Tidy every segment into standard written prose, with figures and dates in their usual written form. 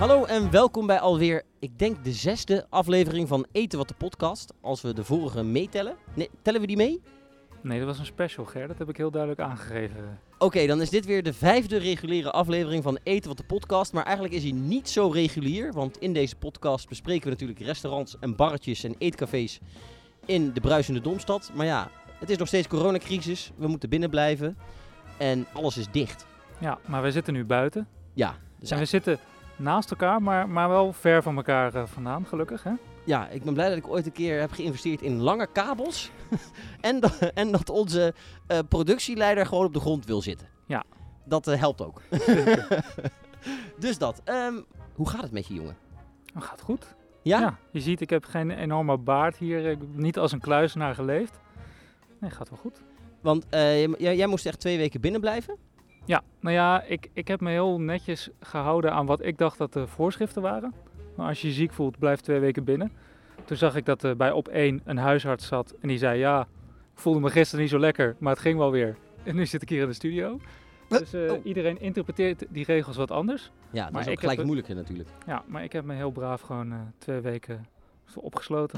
Hallo en welkom bij alweer, ik denk de 6e aflevering van Eten wat de podcast. Als we de vorige meetellen. Nee, tellen we die mee? Nee, dat was een special, Ger. Dat heb ik heel duidelijk aangegeven. Oké, dan is dit weer de 5e reguliere aflevering van Eten wat de podcast. Maar eigenlijk is hij niet zo regulier. Want in deze podcast bespreken we natuurlijk restaurants en barretjes en eetcafés in de bruisende Domstad. Maar ja, het is nog steeds coronacrisis. We moeten binnen blijven. En alles is dicht. Ja, maar we zitten nu buiten. Ja. Dus En we zitten naast elkaar, maar wel ver van elkaar vandaan, gelukkig, hè? Ja, ik ben blij dat ik ooit een keer heb geïnvesteerd in lange kabels. en dat onze productieleider gewoon op de grond wil zitten. Ja. Dat helpt ook. Dus dat. Hoe gaat het met je, jongen? Dat gaat goed. Ja? Je ziet, ik heb geen enorme baard hier. Ik heb niet als een kluizenaar geleefd. Nee, gaat wel goed. Want jij moest echt 2 weken binnen blijven? Ja, nou ja, ik heb me heel netjes gehouden aan wat ik dacht dat de voorschriften waren. Maar als je je ziek voelt, blijf 2 weken binnen. Toen zag ik dat bij op 1 een huisarts zat en die zei, ja, ik voelde me gisteren niet zo lekker, maar het ging wel weer. En nu zit ik hier in de studio. Dus iedereen interpreteert die regels wat anders. Ja, dat maar is ook gelijk moeilijker natuurlijk. Ja, maar ik heb me heel braaf gewoon 2 weken opgesloten.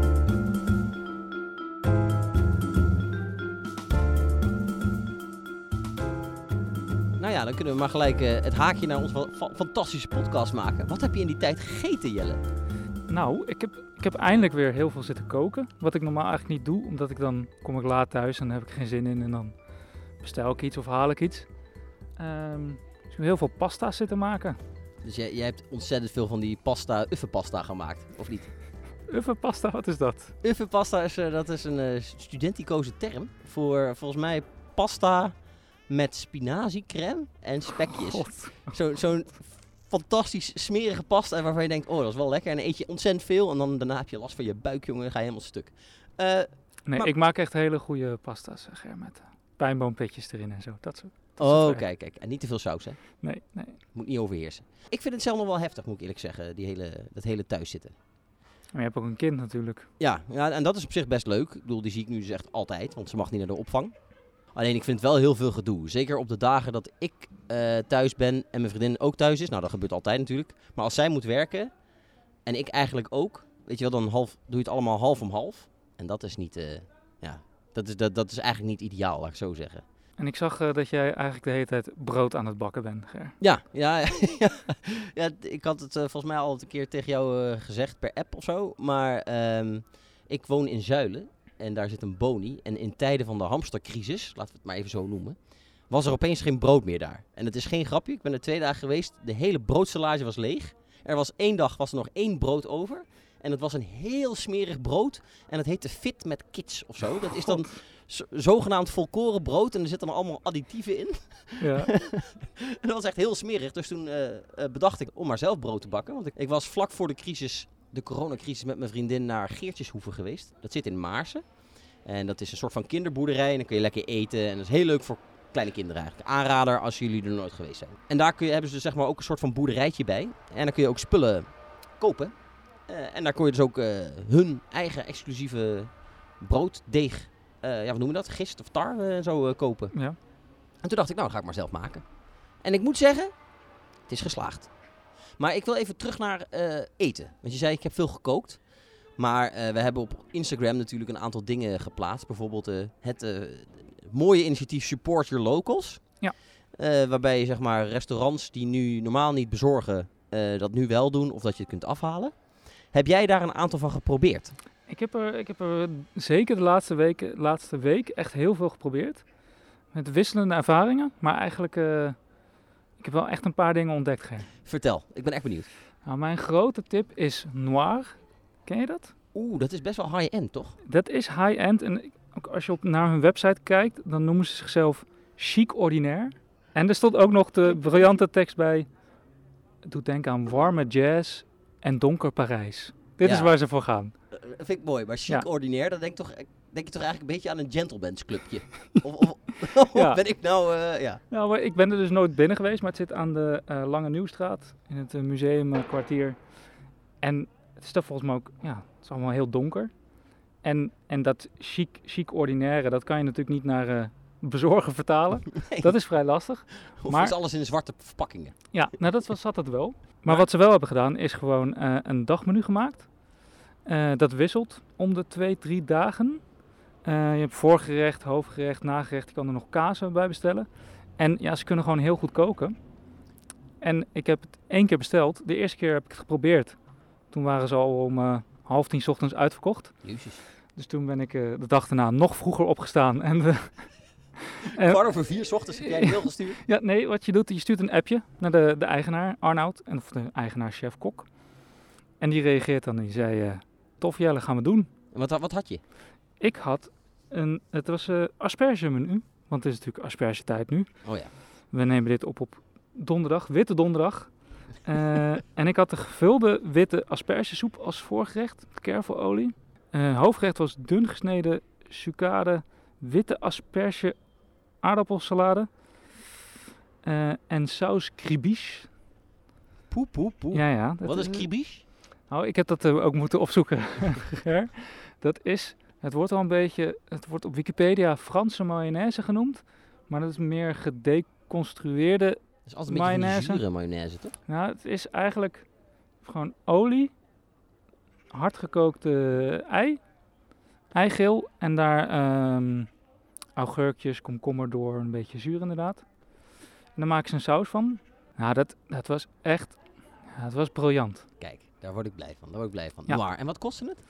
Nou ja, dan kunnen we maar gelijk het haakje naar onze fantastische podcast maken. Wat heb je in die tijd gegeten, Jelle? Nou, ik heb eindelijk weer heel veel zitten koken. Wat ik normaal eigenlijk niet doe, omdat kom ik laat thuis en dan heb ik geen zin in. En dan bestel ik iets of haal ik iets. Dus ik heb heel veel pasta zitten maken. Dus jij hebt ontzettend veel van die uffenpasta gemaakt, of niet? Uffenpasta, wat is dat? Uffenpasta is een studenticoze term voor volgens mij pasta met spinaziecrème en spekjes. Zo'n fantastisch smerige pasta waarvan je denkt, oh dat is wel lekker. En dan eet je ontzettend veel en dan daarna heb je last van je buik, jongen. Dan ga je helemaal stuk. Ik maak echt hele goede pasta's, Ger, met pijnboompitjes erin en zo. Dat soort. Oh, kijk. En niet te veel saus, hè? Nee. Moet niet overheersen. Ik vind het zelf nog wel heftig, moet ik eerlijk zeggen, dat hele thuiszitten. Maar je hebt ook een kind natuurlijk. Ja, en dat is op zich best leuk. Ik bedoel, die zie ik nu dus echt altijd, want ze mag niet naar de opvang. Alleen ik vind wel heel veel gedoe. Zeker op de dagen dat ik thuis ben en mijn vriendin ook thuis is. Nou, dat gebeurt altijd natuurlijk. Maar als zij moet werken en ik eigenlijk ook, weet je wel, dan doe je het allemaal half om half. En dat is niet, dat is eigenlijk niet ideaal, laat ik zo zeggen. En ik zag dat jij eigenlijk de hele tijd brood aan het bakken bent, Ger. Ja, ik had het volgens mij al een keer tegen jou gezegd per app of zo. Maar ik woon in Zuilen. En daar zit een Boni. En in tijden van de hamstercrisis, laten we het maar even zo noemen, was er opeens geen brood meer daar. En het is geen grapje. Ik ben er 2 dagen geweest. De hele broodstellage was leeg. Er was 1 dag nog 1 brood over. En het was een heel smerig brood. En het heette Fit met Kids of zo. Dat is dan zogenaamd volkoren brood. En er zitten dan allemaal additieven in. Ja. En dat was echt heel smerig. Dus toen bedacht ik om maar zelf brood te bakken. Want ik was vlak voor de coronacrisis met mijn vriendin naar Geertjeshoeve geweest. Dat zit in Maarsen. En dat is een soort van kinderboerderij. En dan kun je lekker eten. En dat is heel leuk voor kleine kinderen eigenlijk. Aanrader als jullie er nooit geweest zijn. En daar hebben ze dus zeg maar ook een soort van boerderijtje bij. En dan kun je ook spullen kopen. En daar kon je dus ook hun eigen exclusieve brooddeeg, wat noemen we dat? Gist of tar en zo kopen. Ja. En toen dacht ik, nou, dat ga ik maar zelf maken. En ik moet zeggen, het is geslaagd. Maar ik wil even terug naar eten. Want je zei, ik heb veel gekookt. Maar we hebben op Instagram natuurlijk een aantal dingen geplaatst. Bijvoorbeeld het mooie initiatief Support Your Locals. Ja. Waarbij je zeg maar restaurants die nu normaal niet bezorgen, dat nu wel doen of dat je het kunt afhalen. Heb jij daar een aantal van geprobeerd? Ik heb er zeker de laatste week echt heel veel geprobeerd. Met wisselende ervaringen. Maar eigenlijk, ik heb wel echt een paar dingen ontdekt, Ger. Vertel, ik ben echt benieuwd. Nou, mijn grote tip is Noir. Ken je dat? Oeh, dat is best wel high-end, toch? Dat is high-end. En ook als je naar hun website kijkt, dan noemen ze zichzelf chic ordinair. En er stond ook nog de briljante tekst bij. Het doet denken aan warme jazz en donker Parijs. Dit is waar ze voor gaan. Dat vind ik mooi, maar chic ordinair, dan denk je toch eigenlijk een beetje aan een gentleman's clubje. of ben ik nou, ja. Nou, ik ben er dus nooit binnen geweest, maar het zit aan de Lange Nieuwstraat in het museumkwartier. En het is toch volgens mij ook, het is allemaal heel donker. En dat chic ordinaire, dat kan je natuurlijk niet naar bezorgen vertalen. Nee. Dat is vrij lastig. Of maar- is alles in zwarte verpakkingen? Ja, nou zat het wel. Maar Maar- wat ze wel hebben gedaan is gewoon een dagmenu gemaakt. Dat wisselt om de 2-3 dagen. Je hebt voorgerecht, hoofdgerecht, nagerecht. Je kan er nog kaas bij bestellen. En ja, ze kunnen gewoon heel goed koken. En ik heb het 1 keer besteld. De eerste keer heb ik het geprobeerd. Toen waren ze al om 9:30 ochtends uitverkocht. Jezus. Dus toen ben ik de dag daarna nog vroeger opgestaan. En 4:15 's ochtends heb jij een mail gestuurd? ja, nee, wat je doet, je stuurt een appje naar de eigenaar, Arnoud, of de eigenaar chef-kok. En die reageert dan en die zei, tof Jelle, gaan we doen. En wat had je? Ik had het was aspergemenu, want het is natuurlijk aspergetijd nu. Oh ja. We nemen dit op donderdag, witte donderdag. En ik had de gevulde witte aspergesoep als voorgerecht, kervelolie. Hoofdgerecht was dun gesneden sucade, witte asperge aardappelsalade en saus kribiche. Poe. Ja. Wat is kribiche? Nou, ik heb dat ook moeten opzoeken. Ger. Het wordt al een beetje, het wordt op Wikipedia Franse mayonaise genoemd, maar dat is meer gedeconstrueerde. Dat is altijd een beetje van die Mayonaise. zure mayonaise, toch? Nou, het is eigenlijk gewoon olie, hardgekookte eigeel en daar augurkjes, komkommer door, een beetje zuur inderdaad. En dan maken ze een saus van. Nou, dat was echt, het was briljant. Kijk, daar word ik blij van. Ja. Maar, en wat kostte het?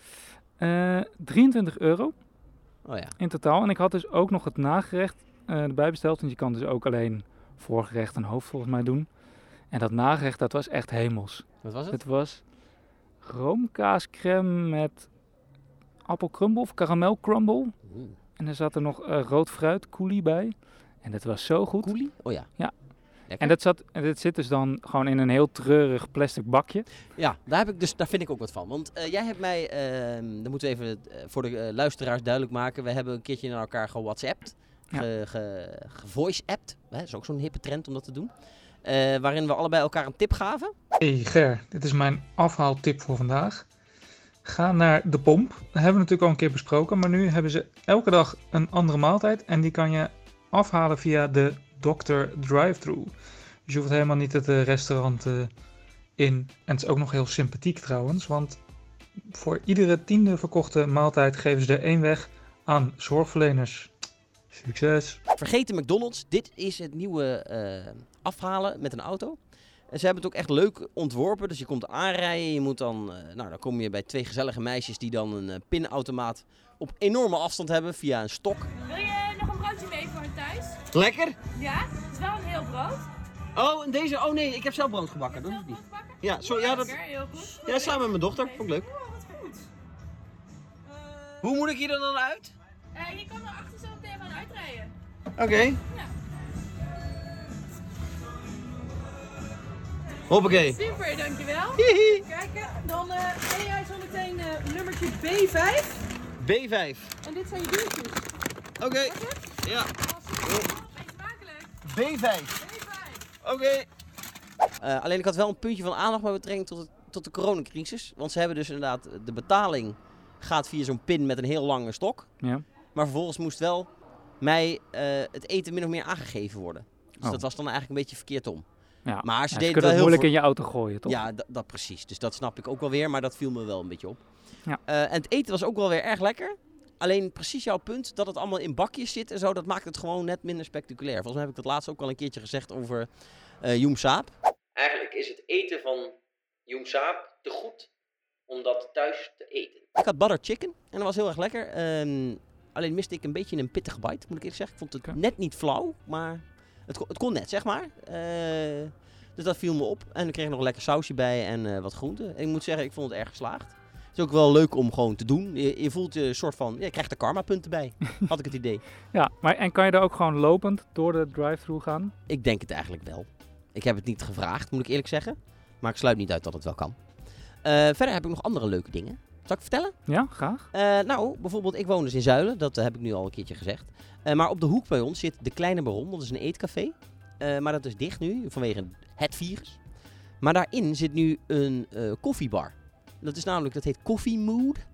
€23 Oh ja. in totaal. En ik had dus ook nog het nagerecht erbij besteld. Want je kan dus ook alleen voorgerecht en hoofd volgens mij doen. En dat nagerecht, dat was echt hemels. Wat was het? Het was roomkaascrème met appelcrumble of karamelcrumble. Oeh. En er zat er nog rood fruit coulis bij. En dat was zo goed. Coulis? Oh ja. Ja. Lekker. En dit zit dus dan gewoon in een heel treurig plastic bakje. Ja, daar vind ik ook wat van. Want jij hebt mij, dat moeten we even voor de luisteraars duidelijk maken. We hebben een keertje naar elkaar gewhatsappt. Ja. Gevoice-appt. Dat is ook zo'n hippe trend om dat te doen. Waarin we allebei elkaar een tip gaven. Hey Ger, dit is mijn afhaaltip voor vandaag. Ga naar de pomp. Dat hebben we natuurlijk al een keer besproken, maar nu hebben ze elke dag een andere maaltijd en die kan je afhalen via de Dr. Drive-Thru. Dus je hoeft helemaal niet het restaurant in. En het is ook nog heel sympathiek trouwens, want voor iedere 10e verkochte maaltijd geven ze er 1 weg aan zorgverleners. Succes! Vergeet de McDonald's. Dit is het nieuwe afhalen met een auto. En ze hebben het ook echt leuk ontworpen. Dus je komt aanrijden. Je moet dan, dan kom je bij 2 gezellige meisjes die dan een pinautomaat op enorme afstand hebben via een stok. Wil je nog een broodje mee voor thuis? Lekker. Ja, het is wel een heel brood. Oh, en deze? Oh nee, ik heb zelf brood gebakken. Dat is niet. Brood bakken? Ja, sorry. Ja, dat, Lekker, heel goed. ja, samen met mijn dochter. Vond ik leuk. Oh, wat goed. Hoe moet ik hier dan uit? Je kan er achter zo meteen gaan uitrijden. Oké. Hoppakee. Super, dankjewel. Hihi. Kijken, dan ben jij zo meteen nummertje B5. B5. En dit zijn je biertjes. Oké. Ja. Eet smakelijk. B5. B5. Oké. Alleen ik had wel een puntje van aandacht met betrekking tot de coronacrisis. Want ze hebben dus inderdaad, de betaling gaat via zo'n pin met een heel lange stok. Ja. Maar vervolgens moest wel mij het eten min of meer aangegeven worden. Dus Oh. dat was dan eigenlijk een beetje verkeerd om. Ja. Maar ze Ja, deden kunnen wel het heel moeilijk veel... in je auto gooien, toch? Ja, dat precies. Dus dat snap ik ook wel weer, maar dat viel me wel een beetje op. Ja. En het eten was ook wel weer erg lekker. Alleen precies jouw punt, dat het allemaal in bakjes zit en zo, dat maakt het gewoon net minder spectaculair. Volgens mij heb ik dat laatst ook al een keertje gezegd over Joem Saap. Eigenlijk is het eten van Joem Saap te goed om dat thuis te eten. Ik had butter chicken en dat was heel erg lekker. Alleen miste ik een beetje een pittige bite, moet ik eerlijk zeggen. Ik vond het Oké. net niet flauw, maar het kon net, zeg maar. Dus dat viel me op. En ik kreeg nog een lekker sausje bij en wat groenten. En ik moet zeggen, ik vond het erg geslaagd. Het is ook wel leuk om gewoon te doen. Je voelt een soort van, je krijgt er karma-punten bij, had ik het idee. Ja, maar en kan je daar ook gewoon lopend door de drive-thru gaan? Ik denk het eigenlijk wel. Ik heb het niet gevraagd, moet ik eerlijk zeggen. Maar ik sluit niet uit dat het wel kan. Verder heb ik nog andere leuke dingen. Zal ik vertellen? Ja, graag. Nou, bijvoorbeeld, ik woon dus in Zuilen. Dat heb ik nu al een keertje gezegd. Maar op de hoek bij ons zit de Kleine Baron. Dat is een eetcafé. Maar dat is dicht nu, vanwege het virus. Maar daarin zit nu een koffiebar. Dat is namelijk, dat heet Coffee Mood.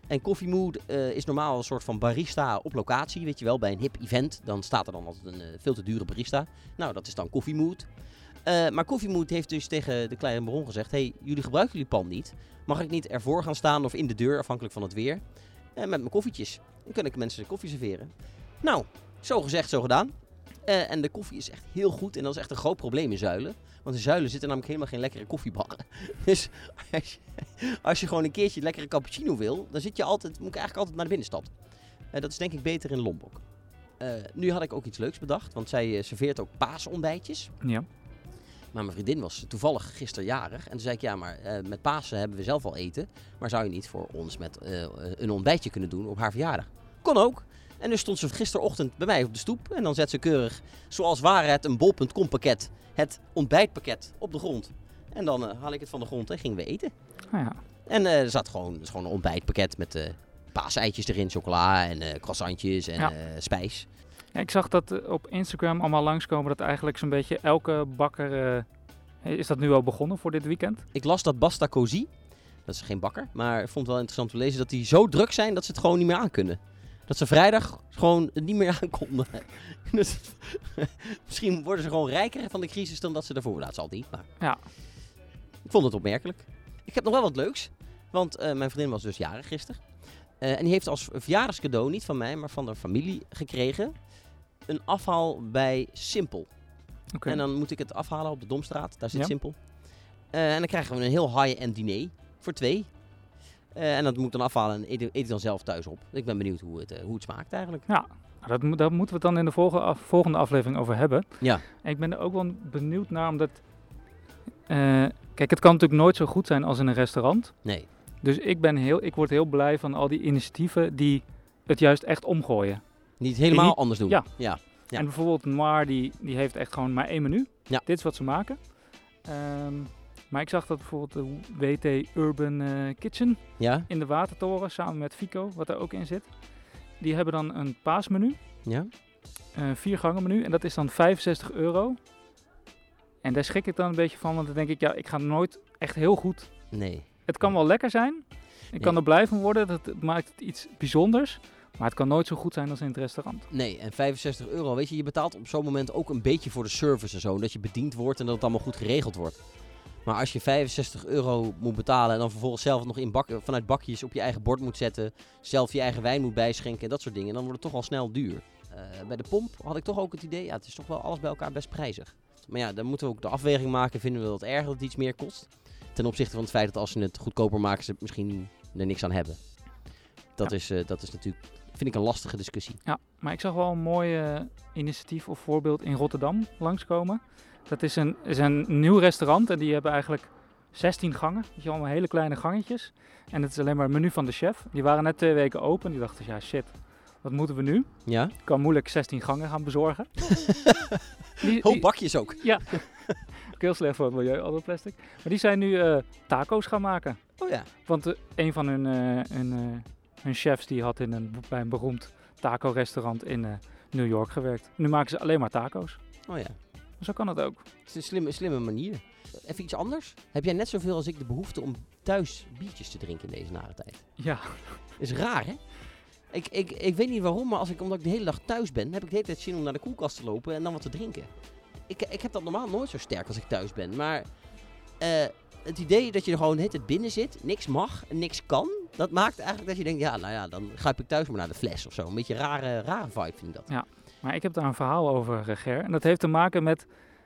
En Coffee Mood is normaal een soort van barista op locatie, weet je wel, bij een hip event. Dan staat er dan altijd een veel te dure barista. Nou, dat is dan Coffee Mood. Maar Coffee Mood heeft dus tegen de Kleine Baron gezegd, hey, jullie gebruiken jullie pand niet. Mag ik niet ervoor gaan staan of in de deur, afhankelijk van het weer, met mijn koffietjes. Dan kan ik mensen koffie serveren. Nou, zo gezegd, zo gedaan. En de koffie is echt heel goed en dat is echt een groot probleem in Zuilen. Want in Zuilen zitten namelijk helemaal geen lekkere koffiebarren. Dus als je gewoon een keertje lekkere cappuccino wil, dan moet ik eigenlijk altijd naar de binnenstad. Dat is denk ik beter in Lombok. Nu had ik ook iets leuks bedacht, want zij serveert ook paasontbijtjes. Ja. Maar mijn vriendin was toevallig gisteren jarig. En toen zei ik, ja, maar met Pasen hebben we zelf al eten. Maar zou je niet voor ons met een ontbijtje kunnen doen op haar verjaardag? Kon ook. En dus stond ze gisterochtend bij mij op de stoep. En dan zet ze keurig, zoals ware het een bol.com pakket, het ontbijtpakket op de grond. En dan haal ik het van de grond en gingen we eten. Ah, ja. En er zat gewoon een ontbijtpakket met paaseitjes erin, chocola en croissantjes en spijs. Ja, ik zag dat op Instagram allemaal langskomen dat eigenlijk zo'n beetje elke bakker... is dat nu al begonnen voor dit weekend? Ik las dat Basta Così, dat is geen bakker, maar ik vond het wel interessant te lezen dat die zo druk zijn dat ze het gewoon niet meer aankunnen. Dat ze vrijdag gewoon het niet meer aankonden. Dus misschien worden ze gewoon rijker van de crisis dan dat ze ervoor. Dat zal niet, maar Ja. ik vond het opmerkelijk. Ik heb nog wel wat leuks, want mijn vriendin was dus jarig gisteren. En die heeft als verjaardagscadeau, niet van mij, maar van de familie gekregen, een afhaal bij Simpel. Oké. En dan moet ik het afhalen op de Domstraat, daar zit Ja. Simpel. En dan krijgen we een heel high-end diner voor 2. En dat moet ik dan afhalen en eet ik dan zelf thuis op. Ik ben benieuwd hoe het smaakt eigenlijk. Ja, daar moeten we het dan in de volgende aflevering over hebben. Ja. En ik ben er ook wel benieuwd naar, omdat... kijk, het kan natuurlijk nooit zo goed zijn als in een restaurant. Nee. Dus ik word heel blij van al die initiatieven die het juist echt omgooien. Niet helemaal Niet- anders doen. Ja. Ja. En bijvoorbeeld Noir, die heeft echt gewoon maar 1 menu. Ja. Dit is wat ze maken. Maar ik zag dat bijvoorbeeld de WT Urban Kitchen Ja? in de Watertoren, samen met Fico, wat er ook in zit. Die hebben dan een paasmenu, Ja? 4 gangen menu. En dat is dan €65. En daar schrik ik dan een beetje van, want dan denk ik, ja, ik ga nooit echt heel goed. Nee. Het kan wel lekker zijn. Ik kan er blij van worden. Dat maakt het iets bijzonders. Maar het kan nooit zo goed zijn als in het restaurant. Nee, en €65, weet je, je betaalt op zo'n moment ook een beetje voor de service en zo. Dat je bediend wordt en dat het allemaal goed geregeld wordt. Maar als je €65 moet betalen en dan vervolgens zelf nog vanuit bakjes op je eigen bord moet zetten, zelf je eigen wijn moet bijschenken en dat soort dingen, dan wordt het toch al snel duur. Bij de pomp had ik toch ook het idee, ja, het is toch wel alles bij elkaar best prijzig. Maar ja, dan moeten we ook de afweging maken, vinden we dat erg dat het iets meer kost? Ten opzichte van het feit dat als ze het goedkoper maken, ze misschien er niks aan hebben. Dat is natuurlijk, vind ik, een lastige discussie. Ja, maar ik zag wel een mooi initiatief of voorbeeld in Rotterdam langskomen. Dat is een nieuw restaurant en die hebben eigenlijk 16 gangen. Weet je, allemaal hele kleine gangetjes. En het is alleen maar het menu van de chef. Die waren net 2 weken open. Die dachten, ja shit, wat moeten we nu? Ja? Ik kan moeilijk 16 gangen gaan bezorgen. Hoop bakjes ook. Ja, ook heel slecht voor het milieu, al dat plastic. Maar die zijn nu taco's gaan maken. Oh ja. Want een van hun chefs die had bij een beroemd taco-restaurant in New York gewerkt. Nu maken ze alleen maar taco's. Oh ja. Zo kan het ook. Het is een slimme manier. Even iets anders. Heb jij net zoveel als ik de behoefte om thuis biertjes te drinken in deze nare tijd? Ja. Is raar, hè? Ik weet niet waarom, maar omdat ik de hele dag thuis ben, heb ik de hele tijd zin om naar de koelkast te lopen en dan wat te drinken. Ik heb dat normaal nooit zo sterk als ik thuis ben, maar het idee dat je er gewoon de hele tijd binnen zit, niks mag en niks kan, dat maakt eigenlijk dat je denkt, ja, nou ja, dan grijp ik thuis maar naar de fles of zo. Een beetje rare vibe vind ik dat. Ja, maar ik heb daar een verhaal over, Ger. En dat heeft te maken met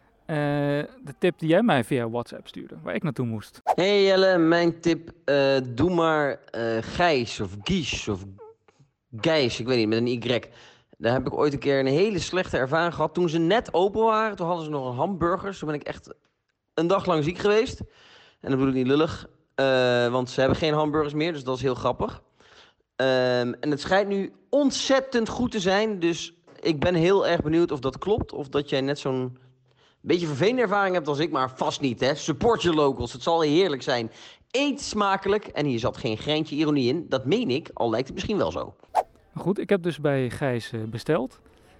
de tip die jij mij via WhatsApp stuurde, waar ik naartoe moest. Hey Jelle, mijn tip, doe maar Gijs of Gies of Gijs, ik weet niet, met een Y. Daar heb ik ooit een keer een hele slechte ervaring gehad. Toen ze net open waren, toen hadden ze nog een hamburgers. Toen ben ik echt een dag lang ziek geweest. En dat bedoel ik niet lullig, want ze hebben geen hamburgers meer, dus dat is heel grappig. En het schijnt nu ontzettend goed te zijn, dus ik ben heel erg benieuwd of dat klopt. Of dat jij net zo'n beetje vervelende ervaring hebt als ik, maar vast niet, hè. Support your locals, het zal heerlijk zijn. Eet smakelijk, en hier zat geen greintje ironie in, dat meen ik, al lijkt het misschien wel zo. Goed, ik heb dus bij Gijs besteld.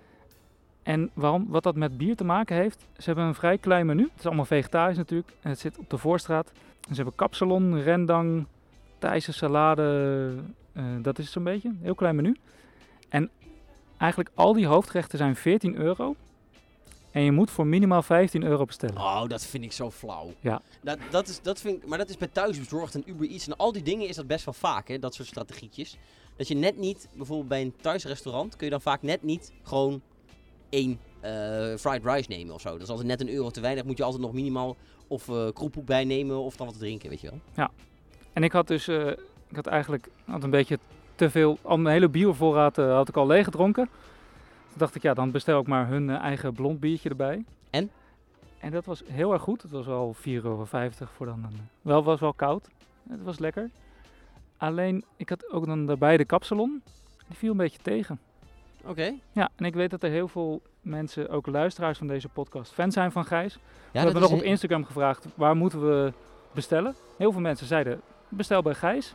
En wat dat met bier te maken heeft, ze hebben een vrij klein menu. Het is allemaal vegetarisch natuurlijk. En het zit op de Voorstraat. En ze hebben kapsalon, rendang, Thaise salade, Dat is zo'n beetje, een heel klein menu. En eigenlijk al die hoofdgerechten zijn €14. En je moet voor minimaal €15 bestellen. Oh, dat vind ik zo flauw. Ja. Maar dat is bij thuisbezorgd en Uber Eats en al die dingen is dat best wel vaak, hè? Dat soort strategietjes. Dat je net niet, bijvoorbeeld bij een thuisrestaurant, kun je dan vaak net niet gewoon 1 fried rice nemen of zo. Dat is altijd net €1 te weinig. Moet je altijd nog minimaal of kroephoek bijnemen of dan wat te drinken, weet je wel. En ik had dus, had een beetje te veel, al mijn hele biervoorraad had ik al leeg gedronken. Toen dacht ik, ja, dan bestel ik maar hun eigen blond biertje erbij. En? En dat was heel erg goed. Het was al €4,50 voor dan was wel koud. Het was lekker. Alleen, ik had ook dan daarbij de kapsalon. Die viel een beetje tegen. Oké. Ja, en ik weet dat er heel veel mensen, ook luisteraars van deze podcast, fan zijn van Gijs. Ja, We hebben nog op Instagram gevraagd, waar moeten we bestellen? Heel veel mensen zeiden, bestel bij Gijs.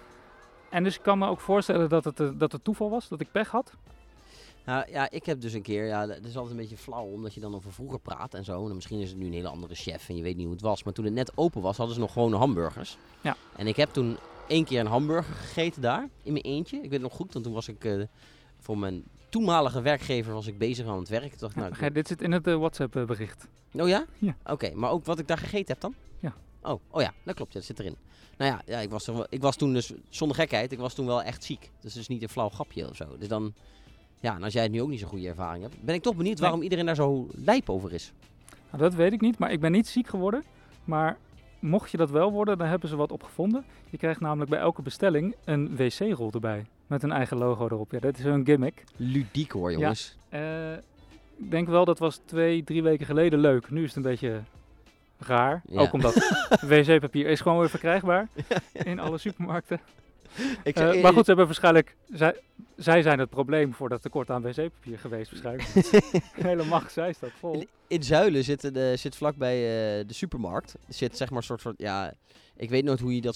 En dus ik kan me ook voorstellen dat het toeval was, dat ik pech had. Nou ja, ik heb dus een keer, ja, het is altijd een beetje flauw omdat je dan over vroeger praat en zo. En misschien is het nu een hele andere chef en je weet niet hoe het was. Maar toen het net open was, hadden ze nog gewone hamburgers. Ja. En ik heb toen 1 keer een hamburger gegeten daar, in mijn eentje. Ik weet het nog goed, want toen was ik voor mijn toenmalige werkgever was ik bezig aan het werk. Toen dacht ik, nou, Dit zit in het WhatsApp bericht. Oh ja? Ja. Oké, maar ook wat ik daar gegeten heb dan? Ja. Oh ja, dat klopt, ja, dat zit erin. Nou ja, ik was toen dus, zonder gekheid, ik was toen wel echt ziek. Dus het is niet een flauw grapje of zo. Dus dan, ja, en als jij het nu ook niet zo'n goede ervaring hebt, ben ik toch benieuwd waarom iedereen daar zo lijp over is. Nou, dat weet ik niet, maar ik ben niet ziek geworden. Maar mocht je dat wel worden, dan hebben ze wat opgevonden. Je krijgt namelijk bij elke bestelling een wc-rol erbij. Met een eigen logo erop. Ja, dat is een gimmick. Ludiek hoor, jongens. Ik denk wel, dat was 2-3 weken geleden leuk. Nu is het een beetje raar. Ja. Ook omdat wc-papier is gewoon weer verkrijgbaar in alle supermarkten. Maar goed, ze hebben waarschijnlijk... Zij zijn het probleem voor dat tekort aan wc-papier geweest waarschijnlijk. De hele magazijn staat vol. In Zuilen zit vlakbij de supermarkt. Er zit zeg maar een soort, ja, ik weet nooit hoe je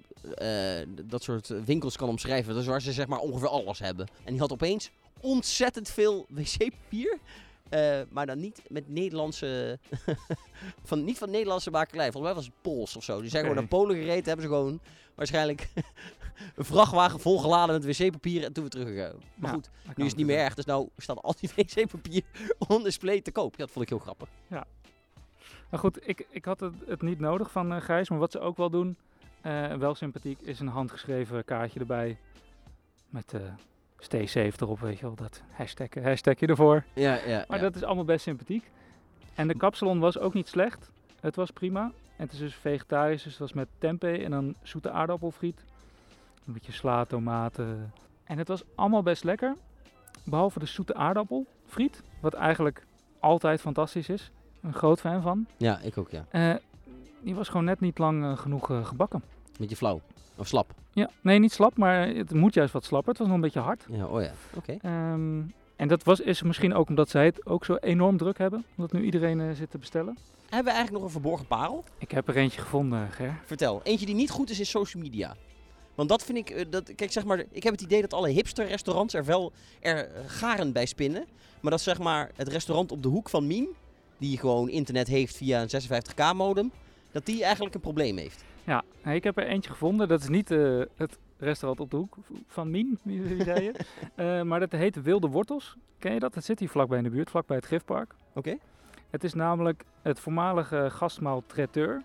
dat soort winkels kan omschrijven. Dat is waar ze zeg maar ongeveer alles hebben. En die had opeens ontzettend veel wc-papier. Maar dan niet met Nederlandse... niet van Nederlandse makelij. Volgens mij was het Pools of zo. Die zijn gewoon naar Polen gereden. Hebben ze gewoon waarschijnlijk een vrachtwagen volgeladen met wc-papier. En toen weer teruggegaan. Maar goed, nu is het niet meer erg. Dus nou staat al die wc-papier on display te koop. Ja, dat vond ik heel grappig. Ja. Maar goed, ik had het niet nodig van Gijs. Maar wat ze ook wel doen, wel sympathiek, is een handgeschreven kaartje erbij. Met... Stay safe erop, weet je wel, dat hashtagje ervoor. Ja. Maar dat is allemaal best sympathiek. En de kapsalon was ook niet slecht. Het was prima. En het is dus vegetarisch, dus het was met tempeh en dan zoete aardappelfriet. Een beetje sla, tomaten. En het was allemaal best lekker. Behalve de zoete aardappelfriet, wat eigenlijk altijd fantastisch is. Een groot fan van. Ja, ik ook, ja. Die was gewoon net niet lang genoeg gebakken. Beetje flauw. Of slap. Ja, nee, niet slap, maar het moet juist wat slapper. Het was nog een beetje hard. Ja, oh ja. Oké. En dat is misschien ook omdat zij het ook zo enorm druk hebben. Omdat nu iedereen zit te bestellen. Hebben we eigenlijk nog een verborgen parel? Ik heb er eentje gevonden, Ger. Vertel. Eentje die niet goed is in social media. Want dat vind ik... kijk, zeg maar, ik heb het idee dat alle hipster restaurants er garen bij spinnen. Maar dat zeg maar het restaurant op de hoek van Mien, die gewoon internet heeft via een 56k modem, dat die eigenlijk een probleem heeft. Ja, ik heb er eentje gevonden. Dat is niet het restaurant op de hoek van Mien, wie zei je. Maar dat heet Wilde Wortels. Ken je dat? Dat zit hier vlakbij in de buurt, vlakbij het Gifpark. Oké. Het is namelijk het voormalige gastmaal Traiteur.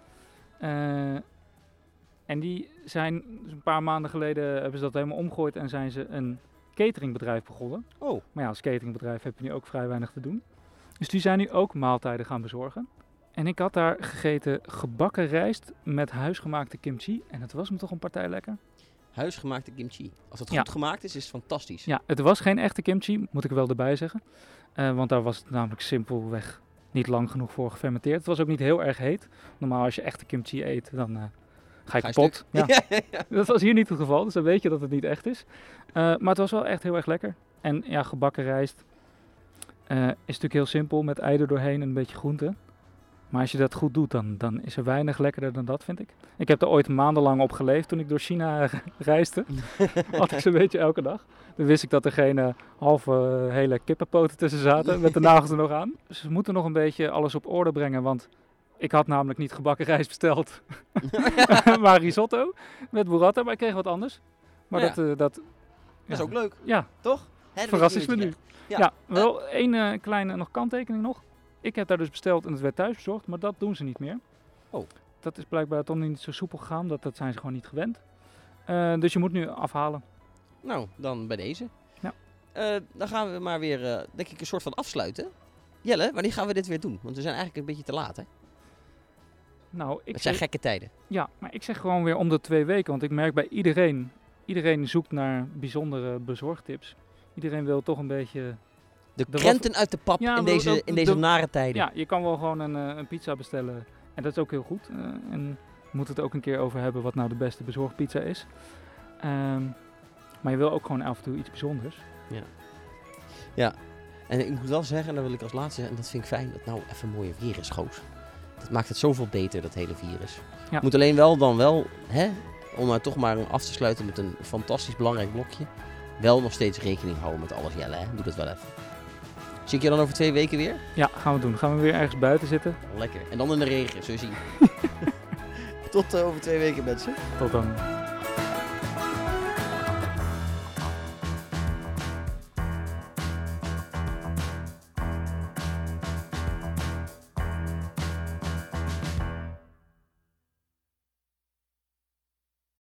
En die zijn, dus een paar maanden geleden hebben ze dat helemaal omgegooid en zijn ze een cateringbedrijf begonnen. Oh. Maar ja, als cateringbedrijf heb je nu ook vrij weinig te doen. Dus die zijn nu ook maaltijden gaan bezorgen. En ik had daar gegeten gebakken rijst met huisgemaakte kimchi. En het was me toch een partij lekker. Huisgemaakte kimchi. Als het goed gemaakt is het fantastisch. Ja, het was geen echte kimchi, moet ik er wel erbij zeggen. Want daar was het namelijk simpelweg niet lang genoeg voor gefermenteerd. Het was ook niet heel erg heet. Normaal als je echte kimchi eet, dan ga je kapot. Ja. Dat was hier niet het geval, dus dan weet je dat het niet echt is. Maar het was wel echt heel erg lekker. En ja, gebakken rijst is natuurlijk heel simpel, met ei er doorheen en een beetje groente. Maar als je dat goed doet, dan is er weinig lekkerder dan dat, vind ik. Ik heb er ooit maandenlang op geleefd toen ik door China reisde. Had ik ze een beetje elke dag. Dan wist ik dat er geen halve hele kippenpoten tussen zaten, met de nagels er nog aan. Dus ze moeten nog een beetje alles op orde brengen, want ik had namelijk niet gebakken rijst besteld. Maar risotto met burrata, maar ik kreeg wat anders. Maar Ja. dat Dat is ook leuk, Ja, toch? Hè, dat verrassingsmenu. weet je Ja, wel één kleine nog kanttekening nog. Ik heb daar dus besteld en het werd thuis bezorgd, maar dat doen ze niet meer. Oh. Dat is blijkbaar toch niet zo soepel gegaan, dat zijn ze gewoon niet gewend. Dus je moet nu afhalen. Nou, dan bij deze. Ja. Dan gaan we maar weer, denk ik, een soort van afsluiten. Jelle, wanneer gaan we dit weer doen? Want we zijn eigenlijk een beetje te laat, hè? Nou, ik Het zijn zeg, gekke tijden. ja, maar ik zeg gewoon weer om de 2 weken, want ik merk bij iedereen zoekt naar bijzondere bezorgtips. Iedereen wil toch een beetje... De was- krenten uit de pap Ja, in maar deze, in deze nare tijden. Ja, je kan wel gewoon een pizza bestellen en dat is ook heel goed. En we moeten het ook een keer over hebben wat nou de beste bezorgpizza is. Maar je wil ook gewoon af en toe iets bijzonders. En ik moet wel zeggen, en dat wil ik als laatste, en dat vind ik fijn, dat nou even mooie weer is, goos. Dat maakt het zoveel beter, dat hele virus. Ja. Moet alleen wel, hè, om nou toch maar af te sluiten met een fantastisch belangrijk blokje, wel nog steeds rekening houden met alles, Jelle, hè. Doe dat wel even. Zie ik je dan over 2 weken weer? Ja, gaan we doen. Gaan we weer ergens buiten zitten. Lekker. En dan in de regen, zul je zien. Tot over 2 weken, mensen. Tot dan.